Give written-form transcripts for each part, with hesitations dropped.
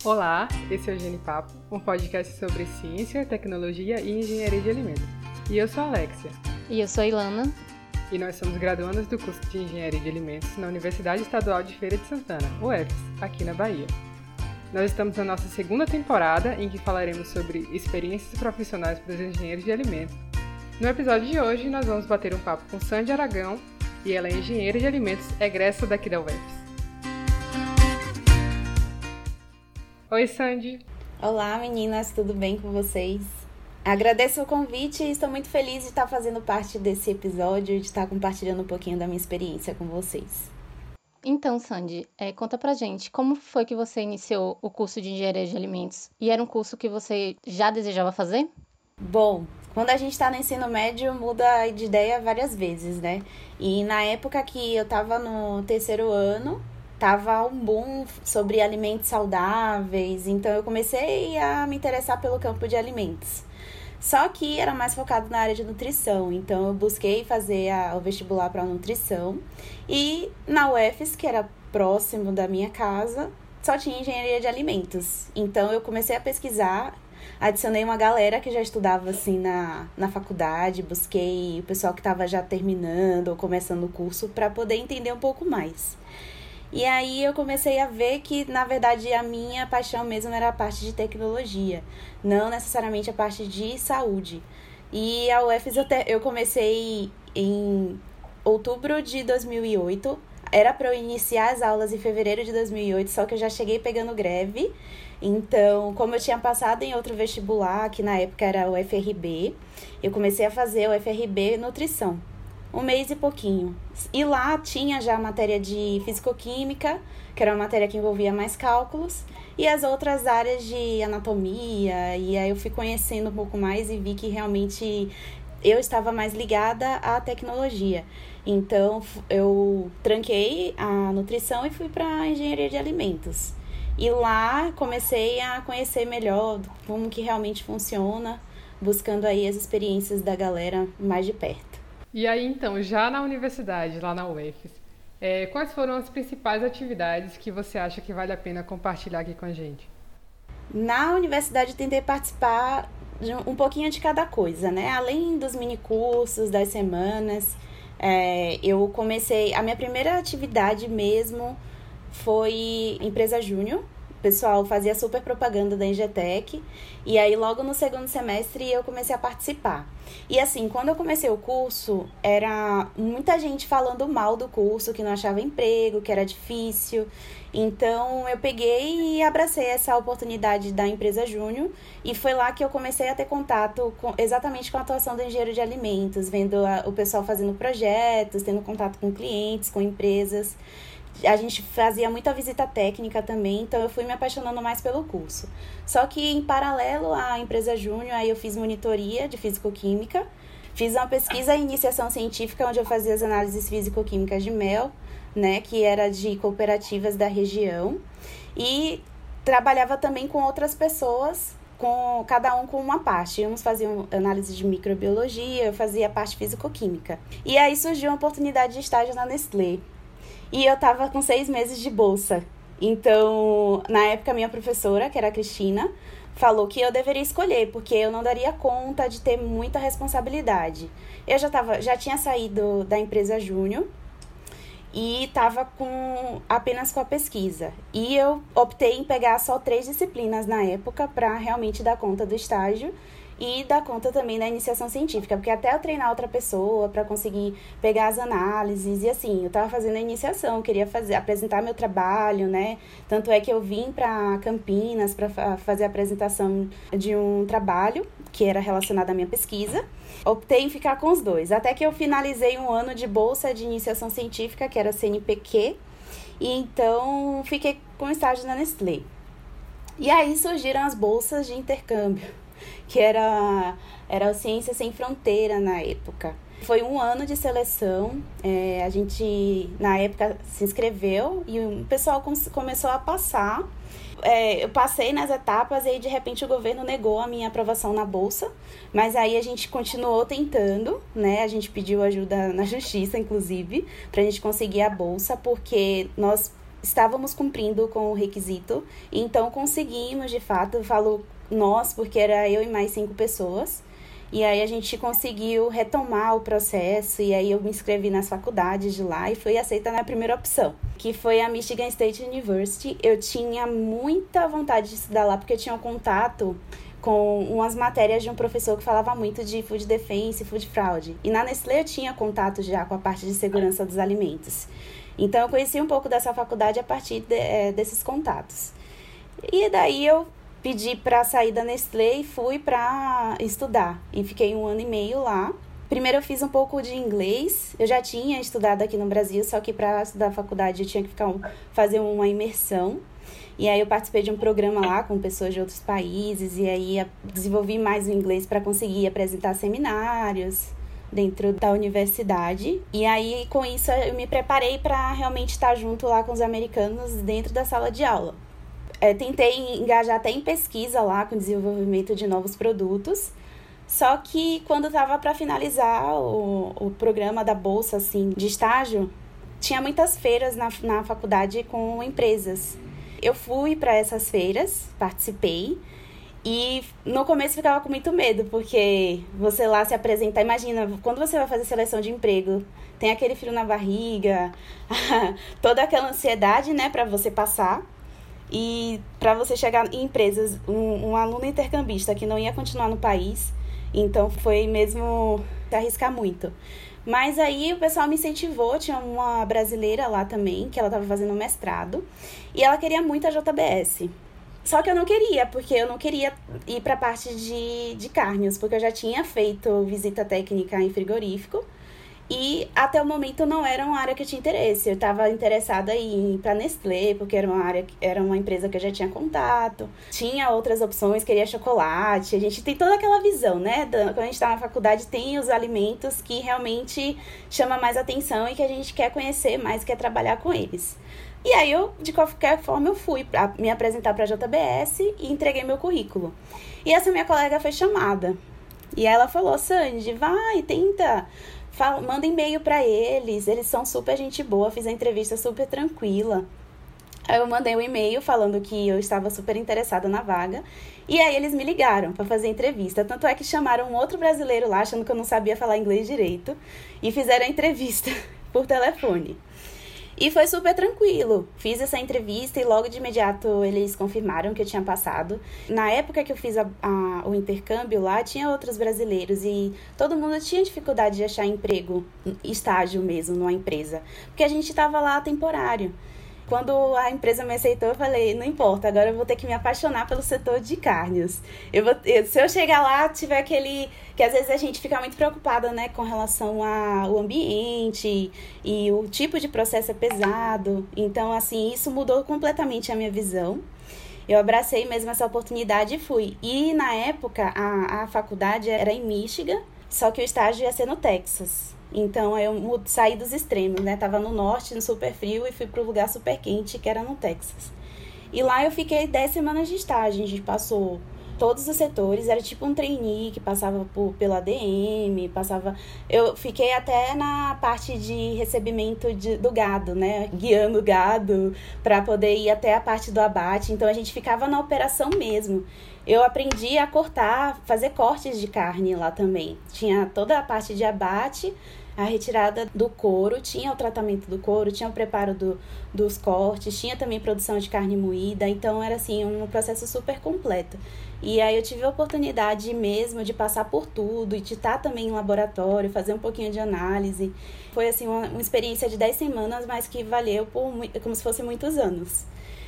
Olá, esse é o Genipapo, um podcast sobre ciência, tecnologia e engenharia de alimentos. E eu sou a Alexia. E eu sou a Ilana. E nós somos graduandas do curso de Engenharia de Alimentos na Universidade Estadual de Feira de Santana, UFES, aqui na Bahia. Nós estamos na nossa segunda temporada, em que falaremos sobre experiências profissionais para os engenheiros de alimentos. No episódio de hoje, nós vamos bater um papo com Sandy Aragão, e ela é engenheira de alimentos egressa daqui da UFES. Oi, Sandy. Olá, meninas, tudo bem com vocês? Agradeço o convite e estou muito feliz de estar fazendo parte desse episódio e de estar compartilhando um pouquinho da minha experiência com vocês. Então, Sandy, conta pra gente, como foi que você iniciou o curso de Engenharia de Alimentos? E era um curso que você já desejava fazer? Bom, quando a gente está no ensino médio, muda de ideia várias vezes, né? E na época que eu estava no terceiro ano, tava um boom sobre alimentos saudáveis, então eu comecei a me interessar pelo campo de alimentos. Só que era mais focado na área de nutrição, então eu busquei fazer o vestibular para nutrição e na UFES, que era próximo da minha casa, só tinha engenharia de alimentos. Então eu comecei a pesquisar, adicionei uma galera que já estudava assim na faculdade, busquei o pessoal que estava já terminando ou começando o curso para poder entender um pouco mais. E aí eu comecei a ver que, na verdade, a minha paixão mesmo era a parte de tecnologia, não necessariamente a parte de saúde. E a UFES eu comecei em outubro de 2008, era para eu iniciar as aulas em fevereiro de 2008, só que eu já cheguei pegando greve. Então, como eu tinha passado em outro vestibular, que na época era o UFRB, eu comecei a fazer o UFRB Nutrição. Um mês e pouquinho. E lá tinha já a matéria de fisicoquímica, que era uma matéria que envolvia mais cálculos, e as outras áreas de anatomia, e aí eu fui conhecendo um pouco mais e vi que realmente eu estava mais ligada à tecnologia. Então, eu tranquei a nutrição e fui para a engenharia de alimentos. E lá comecei a conhecer melhor como que realmente funciona, buscando aí as experiências da galera mais de perto. E aí, então, já na universidade, lá na UFES, quais foram as principais atividades que você acha que vale a pena compartilhar aqui com a gente? Na universidade, eu tentei participar de um pouquinho de cada coisa, né? Além dos minicursos, das semanas, eu comecei... A minha primeira atividade mesmo foi empresa júnior. O pessoal fazia super propaganda da Engetec. E aí, logo no segundo semestre, eu comecei a participar. E assim, quando eu comecei o curso, era muita gente falando mal do curso, que não achava emprego, que era difícil. Então, eu peguei e abracei essa oportunidade da empresa júnior. E foi lá que eu comecei a ter contato exatamente com a atuação do engenheiro de alimentos, vendo o pessoal fazendo projetos, tendo contato com clientes, com empresas. A gente fazia muita visita técnica também, então eu fui me apaixonando mais pelo curso. Só que em paralelo à empresa júnior, aí eu fiz monitoria de fisicoquímica, fiz uma pesquisa em iniciação científica, onde eu fazia as análises físico-químicas de mel, né, que era de cooperativas da região, e trabalhava também com outras pessoas, com cada um com uma parte. Uns faziam análise de microbiologia, eu fazia a parte físico-química. E aí surgiu uma oportunidade de estágio na Nestlé. E eu tava com 6 meses de bolsa. Então, na época, minha professora, que era a Cristina, falou que eu deveria escolher, porque eu não daria conta de ter muita responsabilidade. Eu já tinha saído da empresa júnior e estava apenas com a pesquisa. E eu optei em pegar só 3 disciplinas na época para realmente dar conta do estágio e dar conta também da iniciação científica, porque até eu treinar outra pessoa para conseguir pegar as análises, e assim, eu estava fazendo a iniciação, queria apresentar meu trabalho, né? Tanto é que eu vim para Campinas para fazer a apresentação de um trabalho que era relacionado à minha pesquisa. Optei em ficar com os 2, até que eu finalizei um ano de bolsa de iniciação científica, que era CNPq, e então fiquei com estágio na Nestlé. E aí surgiram as bolsas de intercâmbio, que era Ciência Sem Fronteira na época. Foi um ano de seleção, a gente na época se inscreveu e o pessoal começou a passar. Eu passei nas etapas e aí de repente o governo negou a minha aprovação na bolsa, mas aí a gente continuou tentando, né? A gente pediu ajuda na justiça, inclusive, pra gente conseguir a bolsa, porque nós estávamos cumprindo com o requisito, então conseguimos, de fato, eu falo nós, porque era eu e mais 5 pessoas, e aí a gente conseguiu retomar o processo, e aí eu me inscrevi nas faculdades de lá e fui aceita na primeira opção, que foi a Michigan State University. Eu tinha muita vontade de estudar lá, porque eu tinha um contato com umas matérias de um professor que falava muito de food defense e food fraud. E na Nestlé eu tinha contato já com a parte de segurança dos alimentos. Então eu conheci um pouco dessa faculdade a partir desses contatos. E daí eu pedi para sair da Nestlé e fui para estudar. E fiquei 1 ano e meio lá. Primeiro eu fiz um pouco de inglês. Eu já tinha estudado aqui no Brasil, só que para estudar a faculdade eu tinha que fazer uma imersão. E aí eu participei de um programa lá com pessoas de outros países. E aí desenvolvi mais o inglês para conseguir apresentar seminários dentro da universidade. E aí com isso eu me preparei para realmente estar junto lá com os americanos dentro da sala de aula. Tentei engajar até em pesquisa lá com desenvolvimento de novos produtos, só que quando estava para finalizar o programa da bolsa assim, de estágio, tinha muitas feiras na faculdade com empresas. Eu fui para essas feiras, participei, e no começo ficava com muito medo, porque você lá se apresentar, imagina, quando você vai fazer seleção de emprego, tem aquele frio na barriga, toda aquela ansiedade, né, para você passar. E para você chegar em empresas, um aluno intercambista que não ia continuar no país, então foi mesmo se arriscar muito. Mas aí o pessoal me incentivou, tinha uma brasileira lá também, que ela estava fazendo mestrado, e ela queria muito a JBS. Só que eu não queria, porque eu não queria ir para a parte de carnes, porque eu já tinha feito visita técnica em frigorífico, e até o momento não era uma área que eu tinha interesse. Eu estava interessada em ir para a Nestlé, porque era uma empresa que eu já tinha contato. Tinha outras opções, queria chocolate. A gente tem toda aquela visão, né? Quando a gente está na faculdade, tem os alimentos que realmente chamam mais atenção e que a gente quer conhecer mais, quer trabalhar com eles. E aí eu, de qualquer forma, eu fui me apresentar para a JBS e entreguei meu currículo. E essa minha colega foi chamada. E ela falou: Sandy, vai, tenta... manda e-mail pra eles são super gente boa, fiz a entrevista super tranquila. Aí eu mandei um e-mail falando que eu estava super interessada na vaga, e aí eles me ligaram pra fazer a entrevista. Tanto é que chamaram um outro brasileiro lá, achando que eu não sabia falar inglês direito, e fizeram a entrevista por telefone. E foi super tranquilo. Fiz essa entrevista e logo de imediato eles confirmaram que eu tinha passado. Na época que eu fiz o intercâmbio lá, tinha outros brasileiros e todo mundo tinha dificuldade de achar emprego, estágio mesmo, numa empresa. Porque a gente estava lá temporário. Quando a empresa me aceitou, eu falei, não importa, agora eu vou ter que me apaixonar pelo setor de carnes. Se eu chegar lá, tiver aquele... Que às vezes a gente fica muito preocupada, né, com relação ao ambiente e o tipo de processo é pesado. Então, assim, isso mudou completamente a minha visão. Eu abracei mesmo essa oportunidade e fui. E, na época, a faculdade era em Michigan, só que o estágio ia ser no Texas. Então, eu saí dos extremos, né? Tava no norte, no super frio, e fui pro lugar super quente, que era no Texas. E lá eu fiquei 10 semanas de estágio. A gente passou todos os setores, era tipo um trainee que passava pela ADM, eu fiquei até na parte de recebimento do gado, né? Guiando o gado para poder ir até a parte do abate. Então, a gente ficava na operação mesmo. Eu aprendi a cortar, fazer cortes de carne lá também. Tinha toda a parte de abate, a retirada do couro, tinha o tratamento do couro, tinha o preparo dos cortes, tinha também produção de carne moída. Então, era assim, um processo super completo. E aí eu tive a oportunidade mesmo de passar por tudo e de estar também em laboratório, fazer um pouquinho de análise. Foi assim uma experiência de 10 semanas, mas que valeu como se fosse muitos anos.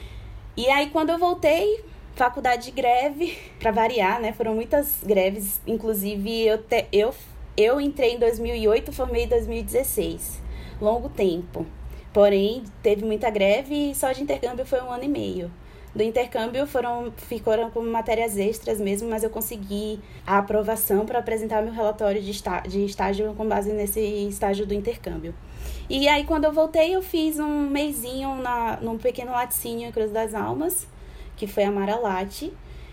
E aí quando eu voltei, faculdade de greve, para variar, né? Foram muitas greves, inclusive eu entrei em 2008, formei em 2016. Longo tempo. Porém, teve muita greve e só de intercâmbio foi 1 ano e meio. Do intercâmbio ficaram como matérias extras mesmo, mas eu consegui a aprovação para apresentar meu relatório de estágio com base nesse estágio do intercâmbio. E aí, quando eu voltei, eu fiz um mesinho num pequeno laticínio em Cruz das Almas, que foi a Maralate.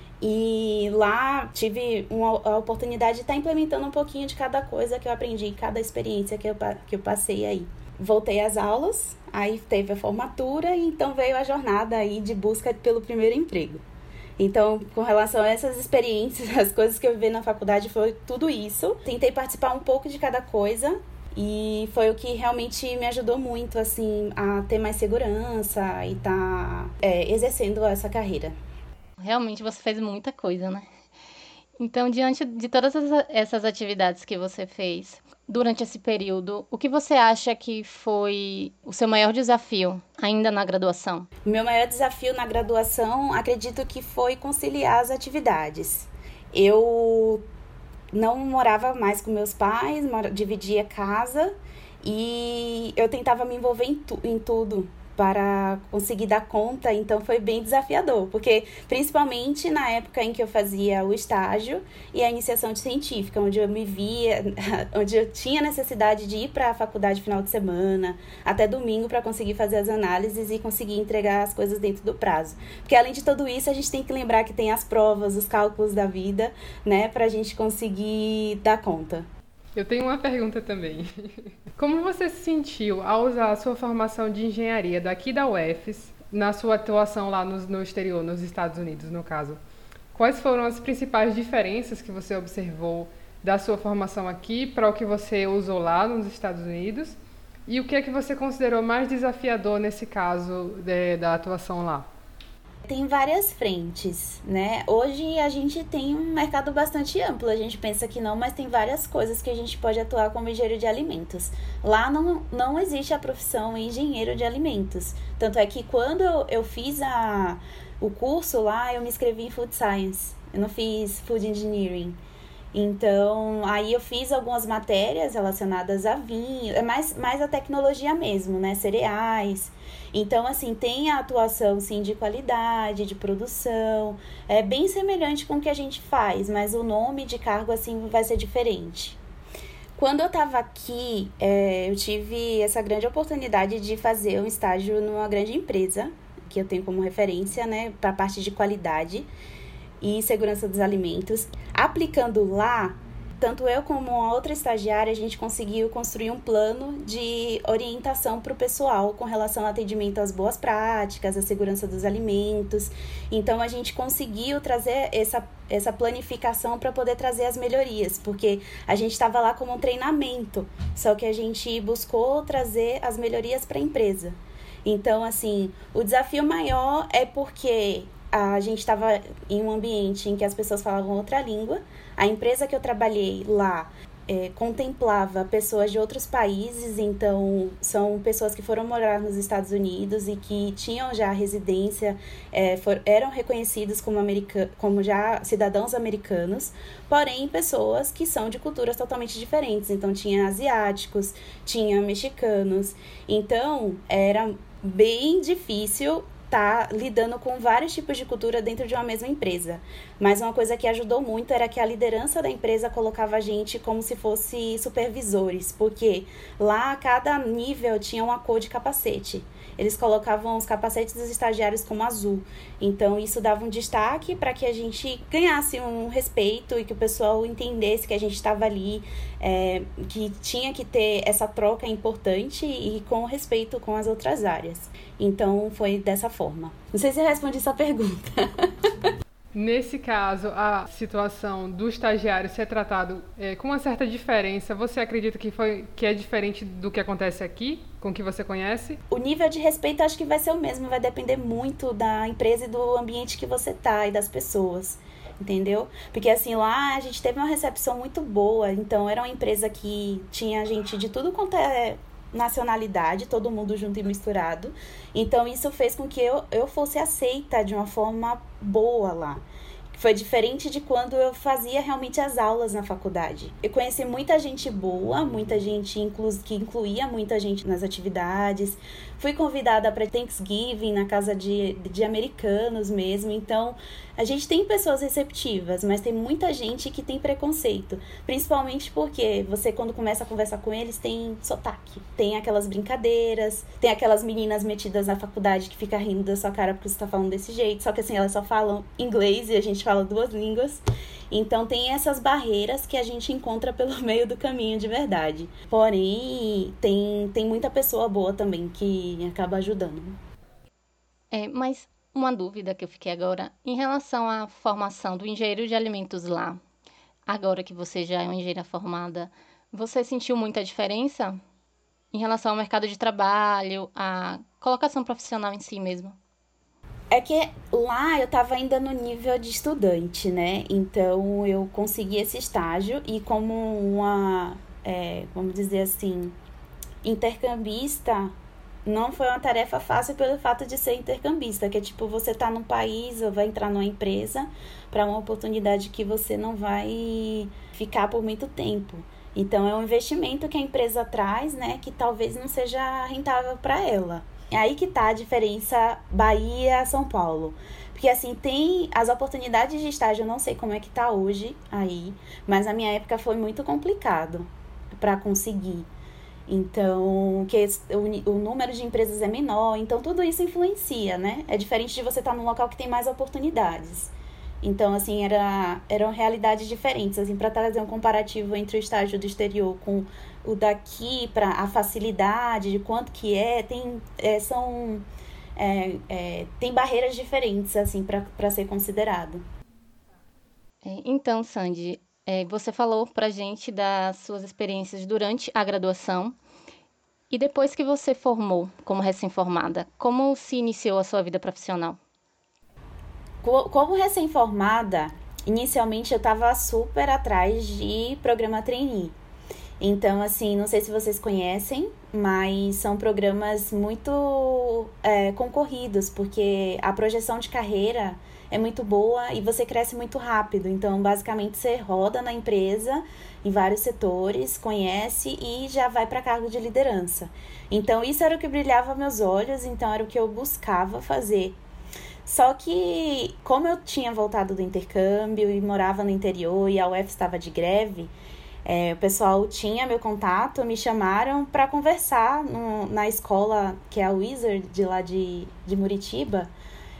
E lá tive a oportunidade de estar implementando um pouquinho de cada coisa que eu aprendi, cada experiência que eu passei aí. voltei às aulas, aí teve a formatura e então veio a jornada aí de busca pelo primeiro emprego. Então, com relação a essas experiências, as coisas que eu vivi na faculdade foi tudo isso. Tentei participar um pouco de cada coisa e foi o que realmente me ajudou muito, assim, a ter mais segurança e estar exercendo essa carreira. Realmente você fez muita coisa, né? Então, diante de todas essas atividades que você fez durante esse período, o que você acha que foi o seu maior desafio ainda na graduação? O meu maior desafio na graduação, acredito que foi conciliar as atividades. Eu não morava mais com meus pais, dividia casa e eu tentava me envolver em tudo para conseguir dar conta, então foi bem desafiador, porque principalmente na época em que eu fazia o estágio e a iniciação científica, onde eu me via, onde eu tinha necessidade de ir para a faculdade final de semana, até domingo, para conseguir fazer as análises e conseguir entregar as coisas dentro do prazo. Porque além de tudo isso, a gente tem que lembrar que tem as provas, os cálculos da vida, né, para a gente conseguir dar conta. Eu tenho uma pergunta também. Como você se sentiu ao usar a sua formação de engenharia daqui da UFES, na sua atuação lá no exterior, nos Estados Unidos, no caso? Quais foram as principais diferenças que você observou da sua formação aqui para o que você usou lá nos Estados Unidos? E o que é que você considerou mais desafiador nesse caso da atuação lá? Tem várias frentes, né? Hoje a gente tem um mercado bastante amplo, a gente pensa que não, mas tem várias coisas que a gente pode atuar como engenheiro de alimentos. Lá não existe a profissão engenheiro de alimentos. Tanto é que quando eu fiz o curso lá, eu me inscrevi em Food Science, eu não fiz Food Engineering. Então, aí eu fiz algumas matérias relacionadas a vinho, é mais a tecnologia mesmo, né? Cereais. Então, assim, tem a atuação, sim, de qualidade, de produção. É bem semelhante com o que a gente faz, mas o nome de cargo, assim, vai ser diferente. Quando eu estava aqui, eu tive essa grande oportunidade de fazer um estágio numa grande empresa, que eu tenho como referência, né, para a parte de qualidade e segurança dos alimentos. Aplicando lá, tanto eu como a outra estagiária, a gente conseguiu construir um plano de orientação para o pessoal com relação ao atendimento às boas práticas, à segurança dos alimentos. Então, a gente conseguiu trazer essa planificação para poder trazer as melhorias, porque a gente estava lá como um treinamento, só que a gente buscou trazer as melhorias para a empresa. Então, assim, o desafio maior é porque a gente estava em um ambiente em que as pessoas falavam outra língua. A empresa que eu trabalhei lá contemplava pessoas de outros países, então são pessoas que foram morar nos Estados Unidos e que tinham já residência, eram reconhecidos como já cidadãos americanos, porém pessoas que são de culturas totalmente diferentes. Então tinha asiáticos, tinha mexicanos, então era bem difícil tá lidando com vários tipos de cultura dentro de uma mesma empresa. Mas uma coisa que ajudou muito era que a liderança da empresa colocava a gente como se fosse supervisores, porque lá cada nível tinha uma cor de capacete. Eles colocavam os capacetes dos estagiários como azul. Então, isso dava um destaque para que a gente ganhasse um respeito e que o pessoal entendesse que a gente estava ali, que tinha que ter essa troca importante e com respeito com as outras áreas. Então, foi dessa forma. Não sei se eu respondi sua pergunta. Nesse caso, a situação do estagiário ser tratado com uma certa diferença, você acredita que é diferente do que acontece aqui, com o que você conhece? O nível de respeito acho que vai ser o mesmo, vai depender muito da empresa e do ambiente que você tá e das pessoas, entendeu? Porque assim, lá a gente teve uma recepção muito boa, então era uma empresa que tinha gente de tudo quanto é nacionalidade, todo mundo junto e misturado. Então isso fez com que eu fosse aceita de uma forma boa lá. Foi diferente de quando eu fazia realmente as aulas na faculdade. Eu conheci muita gente boa, muita gente que incluía muita gente nas atividades. Fui convidada para Thanksgiving na casa de americanos mesmo. Então, a gente tem pessoas receptivas, mas tem muita gente que tem preconceito. Principalmente porque você, quando começa a conversar com eles, tem sotaque. Tem aquelas brincadeiras, tem aquelas meninas metidas na faculdade que ficam rindo da sua cara porque você tá falando desse jeito. Só que assim, elas só falam inglês e a gente fala duas línguas. Então tem essas barreiras que a gente encontra pelo meio do caminho de verdade. Porém, tem muita pessoa boa também que acaba ajudando. Mas uma dúvida que eu fiquei agora, em relação à formação do engenheiro de alimentos lá, agora que você já é uma engenheira formada, você sentiu muita diferença em relação ao mercado de trabalho, à colocação profissional em si mesmo? É que lá eu tava ainda no nível de estudante, né? Então eu consegui esse estágio e como uma, vamos dizer assim, intercambista, não foi uma tarefa fácil pelo fato de ser intercambista, que é tipo, você tá num país ou vai entrar numa empresa para uma oportunidade que você não vai ficar por muito tempo. Então é um investimento que a empresa traz, né, que talvez não seja rentável para ela. É aí que tá a diferença Bahia-São Paulo. Porque, assim, tem as oportunidades de estágio, eu não sei como é que tá hoje aí, mas na minha época foi muito complicado para conseguir. Então, o número de empresas é menor, então tudo isso influencia, né? É diferente de você estar num local que tem mais oportunidades. Então, assim, eram realidades diferentes. Assim, para trazer um comparativo entre o estágio do exterior com o daqui, para a facilidade de quanto que tem barreiras diferentes, assim, para ser considerado. Então, Sandy, você falou pra gente das suas experiências durante a graduação e depois que você formou como recém-formada, como se iniciou a sua vida profissional? Como recém-formada, inicialmente eu estava super atrás de programa trainee. Então, assim, não sei se vocês conhecem, mas são programas muito concorridos, porque a projeção de carreira é muito boa e você cresce muito rápido. Então, basicamente, você roda na empresa, em vários setores, conhece e já vai para cargo de liderança. Então, isso era o que brilhava meus olhos, então era o que eu buscava fazer. Só que, como eu tinha voltado do intercâmbio e morava no interior e a UF estava de greve, o pessoal tinha meu contato, me chamaram para conversar na escola, que é a Wizard, de lá de Muritiba.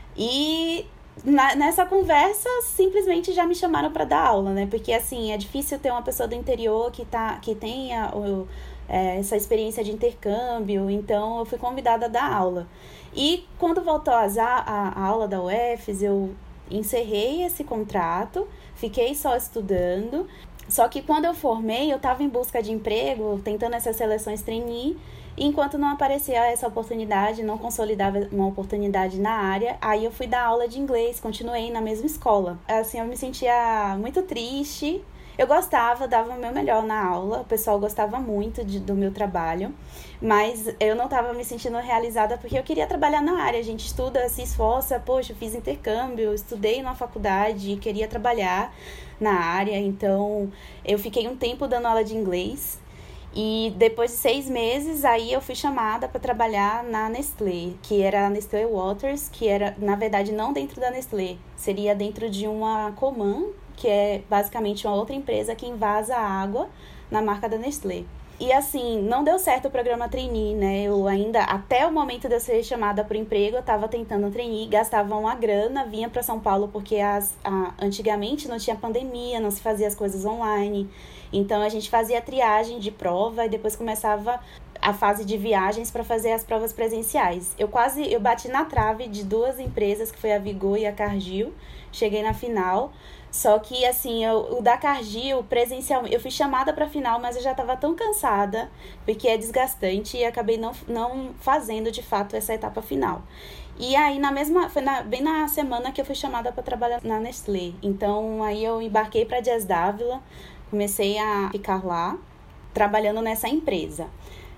E nessa conversa, simplesmente já me chamaram para dar aula, né? Porque, assim, é difícil ter uma pessoa do interior que tenha essa experiência de intercâmbio. Então, eu fui convidada a dar aula. E quando voltou a aula da UFES, eu encerrei esse contrato, fiquei só estudando. Só que quando eu formei, eu estava em busca de emprego, tentando essas seleções trainee, e enquanto não aparecia essa oportunidade, não consolidava uma oportunidade na área, aí eu fui dar aula de inglês, continuei na mesma escola. Assim, eu me sentia muito triste. Eu gostava, dava o meu melhor na aula, o pessoal gostava muito do meu trabalho, mas eu não estava me sentindo realizada porque eu queria trabalhar na área. A gente estuda, se esforça, poxa, eu fiz intercâmbio, estudei na faculdade, queria trabalhar na área, então eu fiquei um tempo dando aula de inglês e depois de 6 meses aí eu fui chamada para trabalhar na Nestlé, que era a Nestlé Waters, que era, na verdade, não dentro da Nestlé, seria dentro de uma Coman, que é basicamente uma outra empresa que invasa água na marca da Nestlé. E assim, não deu certo o programa trainee, né? Eu ainda, até o momento de eu ser chamada para o emprego, eu estava tentando trainee, gastava uma grana, vinha para São Paulo porque antigamente não tinha pandemia, não se fazia as coisas online. Então a gente fazia a triagem de prova e depois começava a fase de viagens para fazer as provas presenciais. Eu bati na trave de 2 empresas, que foi a Vigor e a Cargill. Cheguei na final. Só que, assim, o da Cargill, presencialmente, eu fui chamada para a final, mas eu já estava tão cansada, porque é desgastante, e acabei não fazendo, de fato, essa etapa final. E aí, bem na semana que eu fui chamada para trabalhar na Nestlé. Então, aí eu embarquei para Dias Dávila, comecei a ficar lá, trabalhando nessa empresa.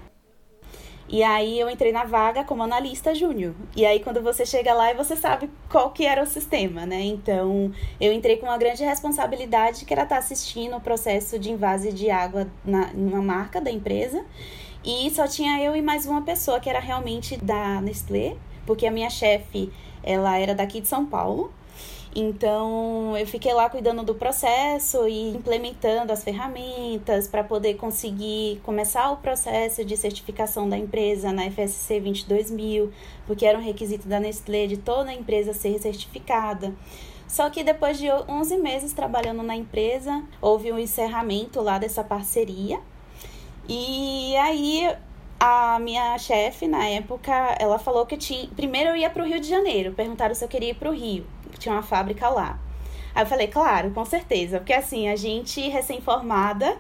E aí eu entrei na vaga como analista júnior. E aí quando você chega lá, você sabe qual que era o sistema, né? Então eu entrei com uma grande responsabilidade, que era estar assistindo o processo de invase de água numa marca da empresa. E só tinha eu e mais uma pessoa que era realmente da Nestlé, porque a minha chefe, ela era daqui de São Paulo. Então, eu fiquei lá cuidando do processo e implementando as ferramentas para poder conseguir começar o processo de certificação da empresa na FSC 22000, porque era um requisito da Nestlé de toda a empresa ser certificada. Só que depois de 11 meses trabalhando na empresa, houve um encerramento lá dessa parceria. E aí a minha chefe, na época, ela falou que primeiro eu ia para o Rio de Janeiro. Perguntaram se eu queria ir para o Rio, tinha uma fábrica lá. Aí eu falei, claro, com certeza. Porque assim, a gente recém-formada,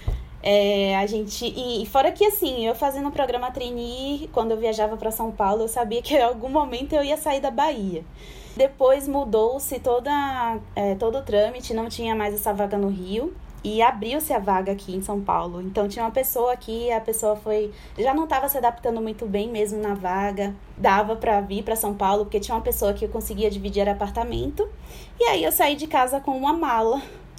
e fora que assim, eu fazendo o programa trainee, quando eu viajava para São Paulo, eu sabia que em algum momento eu ia sair da Bahia. Depois mudou-se todo o trâmite, não tinha mais essa vaga no Rio. E abriu-se a vaga aqui em São Paulo. Então, tinha uma pessoa aqui, a pessoa já não estava se adaptando muito bem mesmo na vaga. Dava para vir para São Paulo, porque tinha uma pessoa que eu conseguia dividir apartamento. E aí, eu saí de casa com uma mala,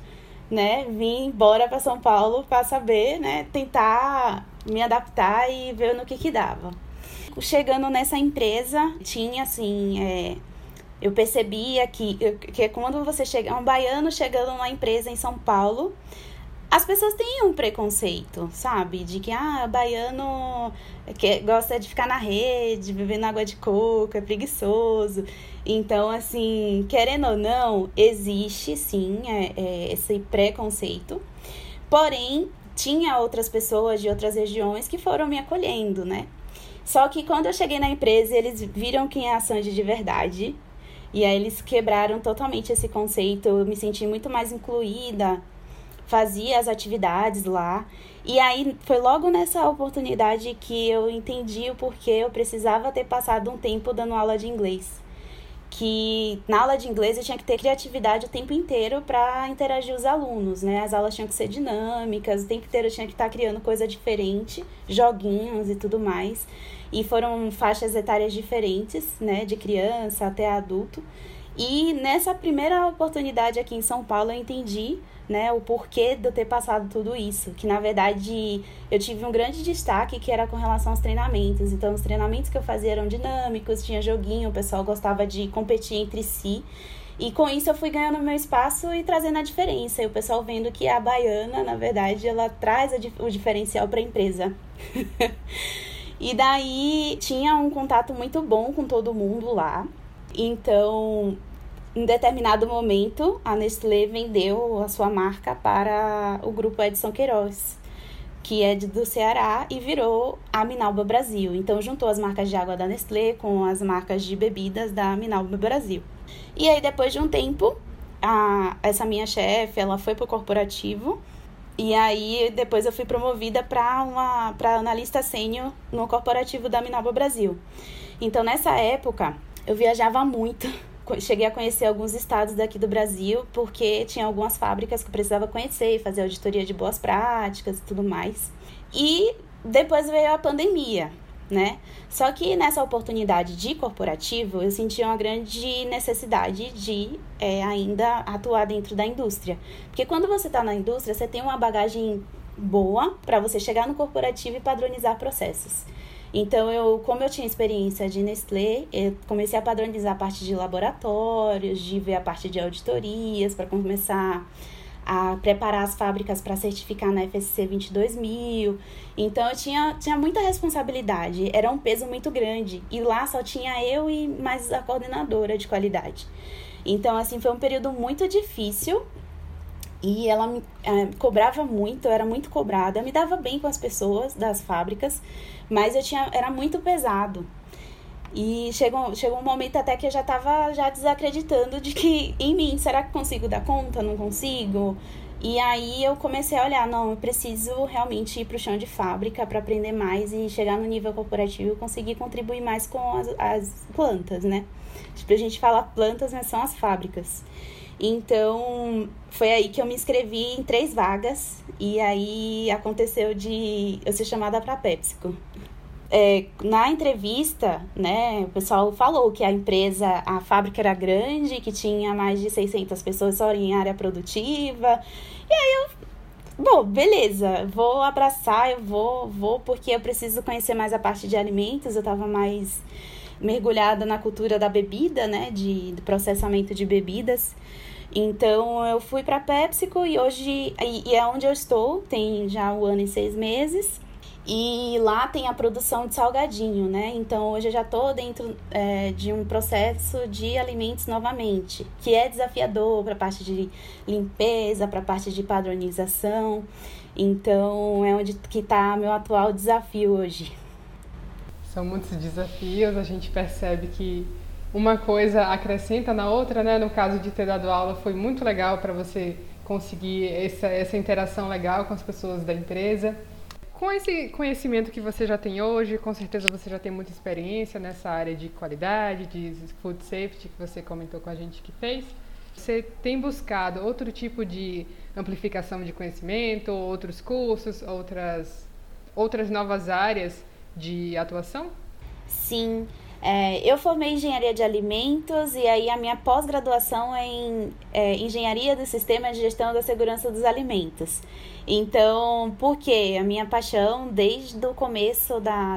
né? Vim embora para São Paulo para saber, né? Tentar me adaptar e ver no que dava. Chegando nessa empresa, tinha assim... Eu percebia que quando você chega, um baiano chegando numa empresa em São Paulo, as pessoas têm um preconceito, sabe? De que, baiano gosta de ficar na rede, bebendo água de coco, é preguiçoso. Então, assim, querendo ou não, existe, sim, esse preconceito. Porém, tinha outras pessoas de outras regiões que foram me acolhendo, né? Só que quando eu cheguei na empresa, eles viram quem é a Sandy de verdade. E aí eles quebraram totalmente esse conceito, eu me senti muito mais incluída, fazia as atividades lá. E aí foi logo nessa oportunidade que eu entendi o porquê eu precisava ter passado um tempo dando aula de inglês. Que na aula de inglês eu tinha que ter criatividade o tempo inteiro para interagir os alunos, né? As aulas tinham que ser dinâmicas, o tempo inteiro eu tinha que estar criando coisa diferente, joguinhos e tudo mais. E foram faixas etárias diferentes, né? De criança até adulto. E nessa primeira oportunidade aqui em São Paulo eu entendi, né, o porquê de eu ter passado tudo isso. Que na verdade eu tive um grande destaque que era com relação aos treinamentos. Então os treinamentos que eu fazia eram dinâmicos, tinha joguinho, o pessoal gostava de competir entre si. E com isso eu fui ganhando meu espaço e trazendo a diferença. E o pessoal vendo que a baiana, na verdade, ela traz o diferencial para a empresa. E daí tinha um contato muito bom com todo mundo lá. Então, em determinado momento, a Nestlé vendeu a sua marca para o grupo Edson Queiroz, que é do Ceará, e virou a Minalba Brasil. Então, juntou as marcas de água da Nestlé com as marcas de bebidas da Minalba Brasil. E aí, depois de um tempo, essa minha chefe, ela foi pro corporativo. E aí, depois eu fui promovida para analista sênior no corporativo da Minalba Brasil. Então, nessa época, eu viajava muito. Cheguei a conhecer alguns estados daqui do Brasil, porque tinha algumas fábricas que eu precisava conhecer, fazer auditoria de boas práticas e tudo mais. E depois veio a pandemia, né? Só que nessa oportunidade de corporativo, eu sentia uma grande necessidade de ainda atuar dentro da indústria. Porque quando você está na indústria, você tem uma bagagem boa para você chegar no corporativo e padronizar processos. Então, como eu tinha experiência de Nestlé, eu comecei a padronizar a parte de laboratórios, de ver a parte de auditorias, para começar a preparar as fábricas para certificar na FSC 22000. Então, eu tinha muita responsabilidade, era um peso muito grande. E lá só tinha eu e mais a coordenadora de qualidade. Então, assim, foi um período muito difícil. E ela me cobrava muito, eu era muito cobrada. Eu me dava bem com as pessoas das fábricas, mas era muito pesado. E chegou um momento até que eu já estava desacreditando de que em mim, será que consigo dar conta? Não consigo? E aí eu comecei a olhar, não, eu preciso realmente ir para o chão de fábrica para aprender mais e chegar no nível corporativo e conseguir contribuir mais com as plantas, né? Tipo, a gente fala plantas, mas são as fábricas. Então, foi aí que eu me inscrevi em 3 vagas e aí aconteceu de eu ser chamada para a PepsiCo. Na entrevista, né, o pessoal falou que a fábrica era grande, que tinha mais de 600 pessoas só em área produtiva. E aí bom, beleza, vou abraçar, eu vou porque eu preciso conhecer mais a parte de alimentos, eu estava mais mergulhada na cultura da bebida, né, do processamento de bebidas. Então, eu fui para a PepsiCo e hoje é onde eu estou, tem já 1 ano e 6 meses. E lá tem a produção de salgadinho, né? Então hoje eu já estou dentro de um processo de alimentos novamente, que é desafiador para a parte de limpeza, para a parte de padronização. Então é onde que está meu atual desafio hoje. São muitos desafios, a gente percebe que uma coisa acrescenta na outra, né? No caso de ter dado aula, foi muito legal para você conseguir essa interação legal com as pessoas da empresa. Com esse conhecimento que você já tem hoje, com certeza você já tem muita experiência nessa área de qualidade, de food safety, que você comentou com a gente que fez. Você tem buscado outro tipo de amplificação de conhecimento, outros cursos, outras novas áreas de atuação? Sim, eu formei em engenharia de alimentos e aí a minha pós-graduação é em engenharia do sistema de gestão da segurança dos alimentos. Então, porque a minha paixão desde o começo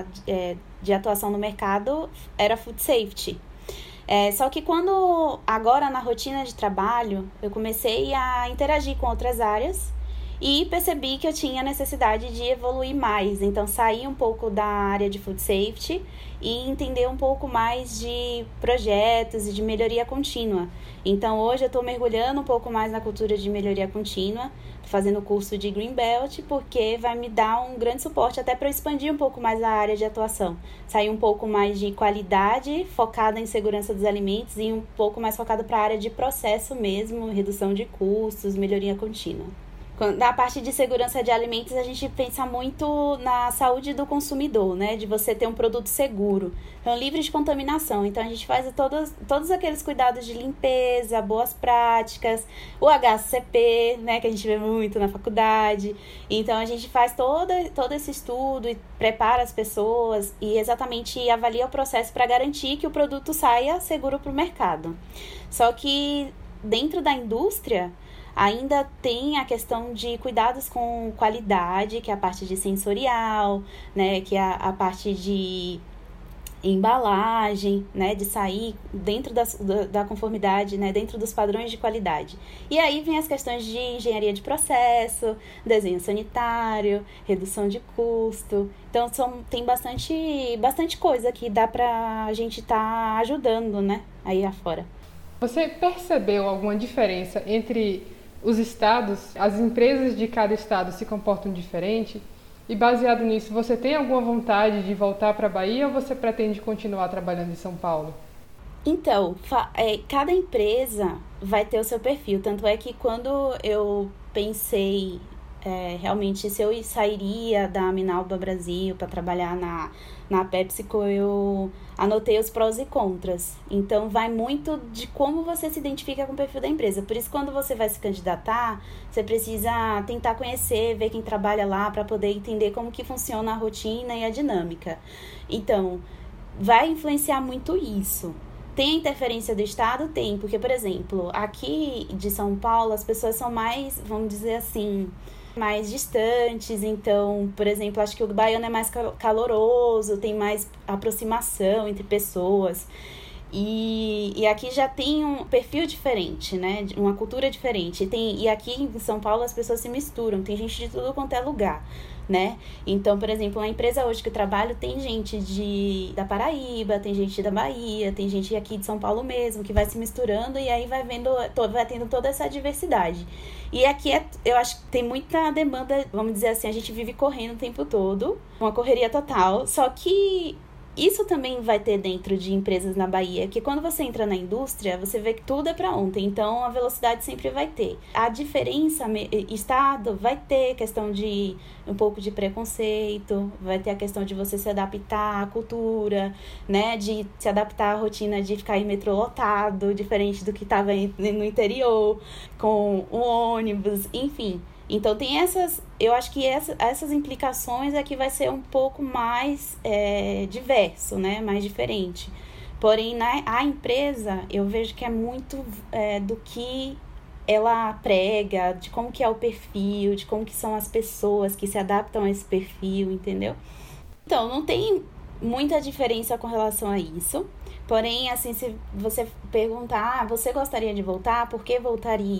de atuação no mercado era food safety. Só que agora na rotina de trabalho, eu comecei a interagir com outras áreas e percebi que eu tinha necessidade de evoluir mais. Então, saí um pouco da área de food safety e entender um pouco mais de projetos e de melhoria contínua. Então, hoje eu estou mergulhando um pouco mais na cultura de melhoria contínua, fazendo o curso de Green Belt, porque vai me dar um grande suporte até para expandir um pouco mais a área de atuação. Sair um pouco mais de qualidade, focada em segurança dos alimentos e um pouco mais focada para a área de processo mesmo, redução de custos, melhoria contínua. Na parte de segurança de alimentos, a gente pensa muito na saúde do consumidor, né? De você ter um produto seguro, então livre de contaminação. Então, a gente faz todos aqueles cuidados de limpeza, boas práticas, o HACCP, né? Que a gente vê muito na faculdade. Então, a gente faz todo esse estudo e prepara as pessoas e exatamente avalia o processo para garantir que o produto saia seguro para o mercado. Só que dentro da indústria, ainda tem a questão de cuidados com qualidade, que é a parte de sensorial, né, que é a parte de embalagem, né, de sair dentro da conformidade, né, dentro dos padrões de qualidade. E aí vem as questões de engenharia de processo, desenho sanitário, redução de custo. Então tem bastante coisa que dá pra gente estar ajudando, né, aí afora. Você percebeu alguma diferença entre os estados, as empresas de cada estado se comportam diferente? E baseado nisso, você tem alguma vontade de voltar para a Bahia ou você pretende continuar trabalhando em São Paulo? Então, cada empresa vai ter o seu perfil. Tanto é que quando eu pensei realmente se eu sairia da Minalba Brasil para trabalhar na PepsiCo, eu anotei os prós e contras. Então, vai muito de como você se identifica com o perfil da empresa. Por isso, quando você vai se candidatar, você precisa tentar conhecer, ver quem trabalha lá para poder entender como que funciona a rotina e a dinâmica. Então, vai influenciar muito isso. Tem a interferência do Estado? Tem, porque, por exemplo, aqui de São Paulo, as pessoas são mais, vamos dizer assim, mais distantes. Então, por exemplo, acho que o baiano é mais caloroso, tem mais aproximação entre pessoas. E aqui já tem um perfil diferente, né? Uma cultura diferente. E aqui em São Paulo as pessoas se misturam, tem gente de tudo quanto é lugar, né? Então, por exemplo, na empresa hoje que eu trabalho, tem gente da Paraíba, tem gente da Bahia, tem gente aqui de São Paulo mesmo, que vai se misturando e aí vai tendo toda essa diversidade. E aqui eu acho que tem muita demanda, vamos dizer assim, a gente vive correndo o tempo todo, uma correria total, só que isso também vai ter dentro de empresas na Bahia, que quando você entra na indústria, você vê que tudo é para ontem, então a velocidade sempre vai ter. A diferença, Estado, vai ter questão de um pouco de preconceito, vai ter a questão de você se adaptar à cultura, né, de se adaptar à rotina de ficar em metrô lotado, diferente do que estava no interior, com o ônibus, enfim. Então, tem eu acho que essas implicações é que vai ser um pouco mais diverso, né? Mais diferente. Porém, a empresa, eu vejo que é muito do que ela prega, de como que é o perfil, de como que são as pessoas que se adaptam a esse perfil, entendeu? Então, não tem muita diferença com relação a isso. Porém, assim, se você perguntar, você gostaria de voltar? Por que voltaria?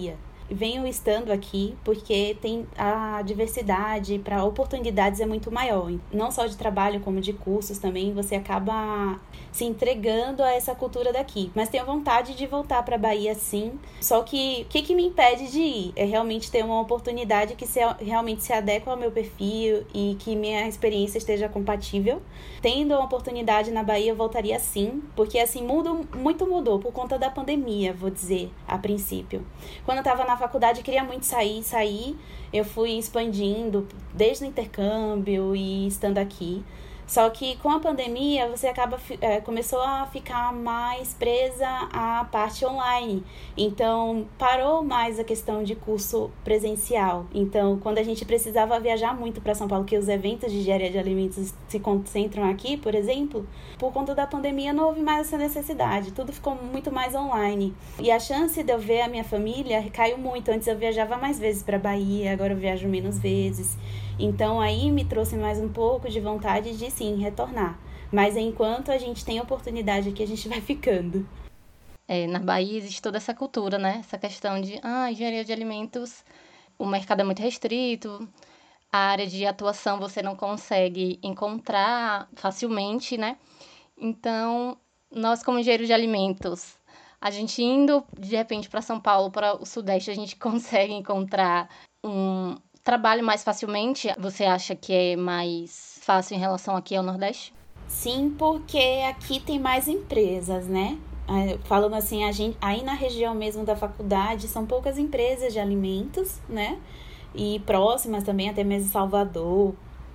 venho estando aqui porque tem a diversidade para oportunidades é muito maior. Não só de trabalho, como de cursos também, você acaba se entregando a essa cultura daqui. Mas tenho vontade de voltar para a Bahia, sim. Só que o que me impede de ir? É realmente ter uma oportunidade que realmente se adequa ao meu perfil e que minha experiência esteja compatível. Tendo uma oportunidade na Bahia, eu voltaria sim, porque assim, muito mudou por conta da pandemia, vou dizer, a princípio. Quando eu estava na faculdade, eu queria muito sair, eu fui expandindo desde o intercâmbio e estando aqui. Só que com a pandemia, você começou a ficar mais presa à parte online. Então, parou mais a questão de curso presencial. Então, quando a gente precisava viajar muito para São Paulo, que os eventos de engenharia de alimentos se concentram aqui, por exemplo, por conta da pandemia não houve mais essa necessidade. Tudo ficou muito mais online. E a chance de eu ver a minha família caiu muito. Antes eu viajava mais vezes para Bahia, agora eu viajo menos vezes. Então, aí me trouxe mais um pouco de vontade de, sim, retornar. Mas, enquanto a gente tem oportunidade aqui, a gente vai ficando. Na Bahia existe toda essa cultura, né? Essa questão de, engenharia de alimentos, o mercado é muito restrito, a área de atuação você não consegue encontrar facilmente, né? Então, nós como engenheiros de alimentos, a gente indo, de repente, para São Paulo, para o Sudeste, a gente consegue encontrar um trabalho mais facilmente? Você acha que é mais fácil em relação aqui ao Nordeste? Sim, porque aqui tem mais empresas, né? Falando assim, aí na região mesmo da faculdade, são poucas empresas de alimentos, né? E próximas também, até mesmo Salvador.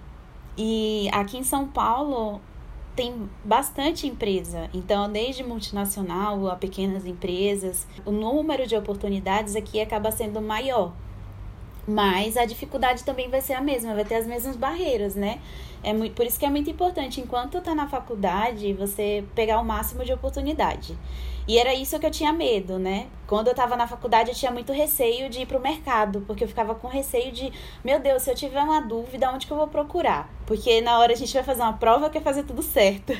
E aqui em São Paulo tem bastante empresa. Então, desde multinacional a pequenas empresas, o número de oportunidades aqui acaba sendo maior. Mas a dificuldade também vai ser a mesma, vai ter as mesmas barreiras, né? Por isso que é muito importante, enquanto tá na faculdade, você pegar o máximo de oportunidade. E era isso que eu tinha medo, né? Quando eu tava na faculdade, eu tinha muito receio de ir pro mercado, porque eu ficava com receio de, meu Deus, se eu tiver uma dúvida, onde que eu vou procurar? Porque na hora a gente vai fazer uma prova, quer fazer tudo certo.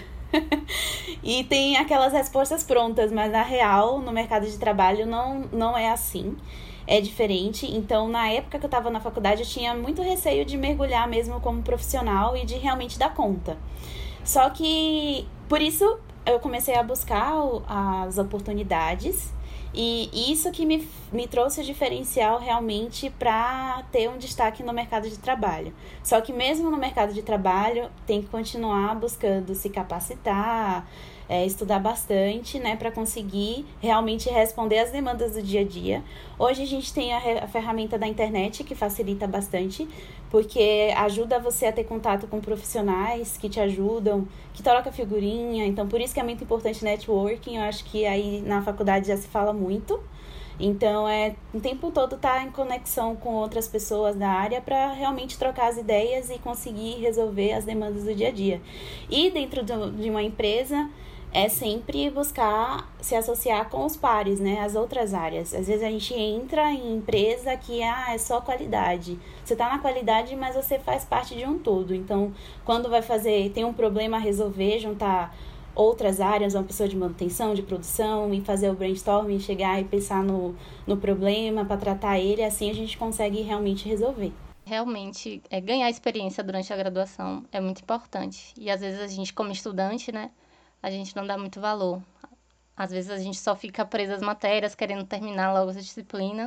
E tem aquelas respostas prontas, mas na real, no mercado de trabalho, não é assim. É diferente. Então, na época que eu estava na faculdade, eu tinha muito receio de mergulhar mesmo como profissional e de realmente dar conta. Só que, por isso, eu comecei a buscar as oportunidades. E isso que me trouxe o diferencial realmente para ter um destaque no mercado de trabalho. Só que mesmo no mercado de trabalho, tem que continuar buscando se capacitar, estudar bastante, né, para conseguir realmente responder às demandas do dia a dia. Hoje a gente tem a ferramenta da internet que facilita bastante, porque ajuda você a ter contato com profissionais que te ajudam, que troca figurinha. Então, por isso que é muito importante networking. Eu acho que aí na faculdade já se fala muito. Então, o tempo todo tá em conexão com outras pessoas da área para realmente trocar as ideias e conseguir resolver as demandas do dia a dia. E dentro de uma empresa, é sempre buscar se associar com os pares, né? As outras áreas. Às vezes a gente entra em empresa que é só qualidade. Você tá na qualidade, mas você faz parte de um todo. Então, quando tem um problema a resolver, juntar outras áreas, uma pessoa de manutenção, de produção, e fazer o brainstorming, chegar e pensar no problema para tratar ele, assim a gente consegue realmente resolver. Realmente, ganhar experiência durante a graduação é muito importante. E às vezes a gente, como estudante, né, a gente não dá muito valor. Às vezes a gente só fica preso às matérias, querendo terminar logo as disciplinas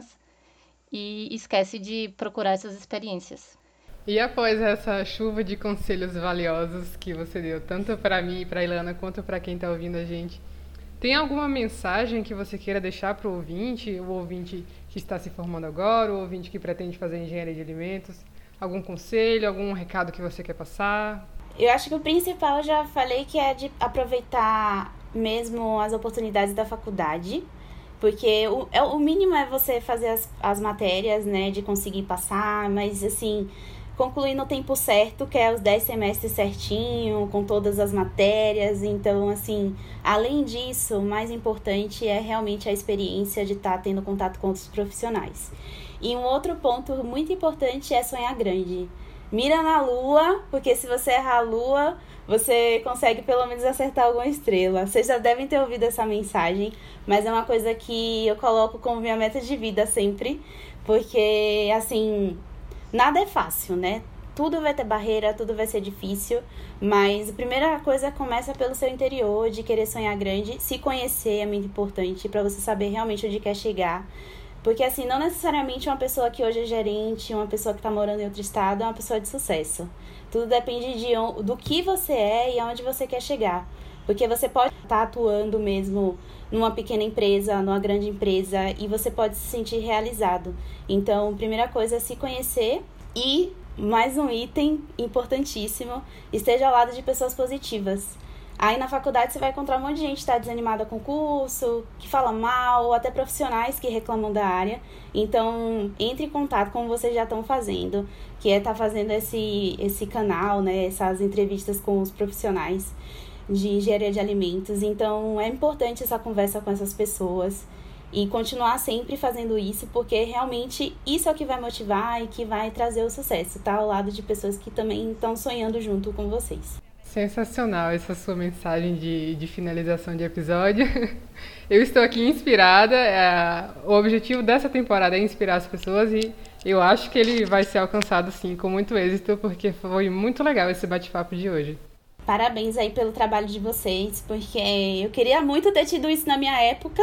e esquece de procurar essas experiências. E após essa chuva de conselhos valiosos que você deu, tanto para mim e para a Ilana, quanto para quem está ouvindo a gente, tem alguma mensagem que você queira deixar para o ouvinte que está se formando agora, o ouvinte que pretende fazer engenharia de alimentos? Algum conselho, algum recado que você quer passar? Eu acho que o principal, já falei, que é de aproveitar mesmo as oportunidades da faculdade, porque o mínimo é você fazer as matérias, né, de conseguir passar, mas assim, concluir no tempo certo, que é os 10 semestres certinho, com todas as matérias. Então, assim, além disso, o mais importante é realmente a experiência de estar tendo contato com outros profissionais. E um outro ponto muito importante é sonhar grande. mira na lua, porque se você errar a lua, você consegue pelo menos acertar alguma estrela. Vocês já devem ter ouvido essa mensagem, mas é uma coisa que eu coloco como minha meta de vida sempre, porque, assim, nada é fácil, né? Tudo vai ter barreira, tudo vai ser difícil, mas a primeira coisa começa pelo seu interior, de querer sonhar grande. Se conhecer é muito importante para você saber realmente onde quer chegar. Porque, assim, não necessariamente uma pessoa que hoje é gerente, uma pessoa que está morando em outro estado, é uma pessoa de sucesso. Tudo depende do que você é e aonde você quer chegar. Porque você pode estar atuando mesmo numa pequena empresa, numa grande empresa, e você pode se sentir realizado. Então, a primeira coisa é se conhecer e... mais um item importantíssimo, esteja ao lado de pessoas positivas. Aí na faculdade você vai encontrar um monte de gente que está desanimada com o curso, que fala mal, ou até profissionais que reclamam da área. Então, entre em contato como vocês já estão fazendo, que é estar fazendo esse canal, né, essas entrevistas com os profissionais de engenharia de alimentos. Então, é importante essa conversa com essas pessoas. E continuar sempre fazendo isso, porque realmente isso é o que vai motivar e que vai trazer o sucesso, tá? Ao lado de pessoas que também estão sonhando junto com vocês. Sensacional essa sua mensagem de finalização de episódio. Eu estou aqui inspirada. O objetivo dessa temporada é inspirar as pessoas e eu acho que ele vai ser alcançado, sim, com muito êxito, porque foi muito legal esse bate-papo de hoje. Parabéns aí pelo trabalho de vocês, porque eu queria muito ter tido isso na minha época,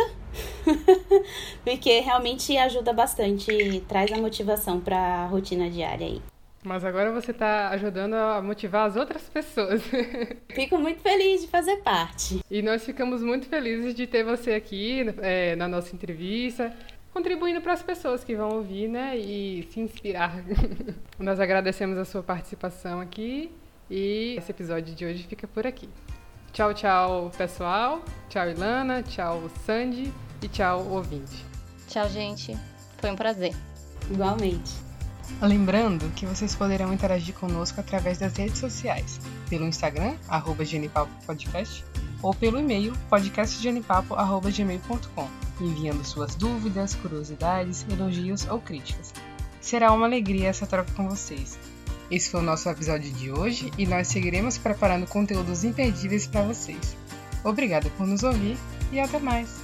porque realmente ajuda bastante e traz a motivação para a rotina diária aí. Mas agora você está ajudando a motivar as outras pessoas. Fico muito feliz de fazer parte. E nós ficamos muito felizes de ter você aqui na nossa entrevista, contribuindo para as pessoas que vão ouvir, né, e se inspirar. Nós agradecemos a sua participação aqui. E esse episódio de hoje fica por aqui. Tchau, tchau, pessoal. Tchau, Ilana. Tchau, Sandy. E tchau, ouvinte. Tchau, gente. Foi um prazer. Igualmente. Lembrando que vocês poderão interagir conosco através das redes sociais. Pelo Instagram, @genipapopodcast, ou pelo e-mail, podcastgenipapo@gmail.com, enviando suas dúvidas, curiosidades, elogios ou críticas. Será uma alegria essa troca com vocês. Esse foi o nosso episódio de hoje e nós seguiremos preparando conteúdos imperdíveis para vocês. Obrigada por nos ouvir e até mais!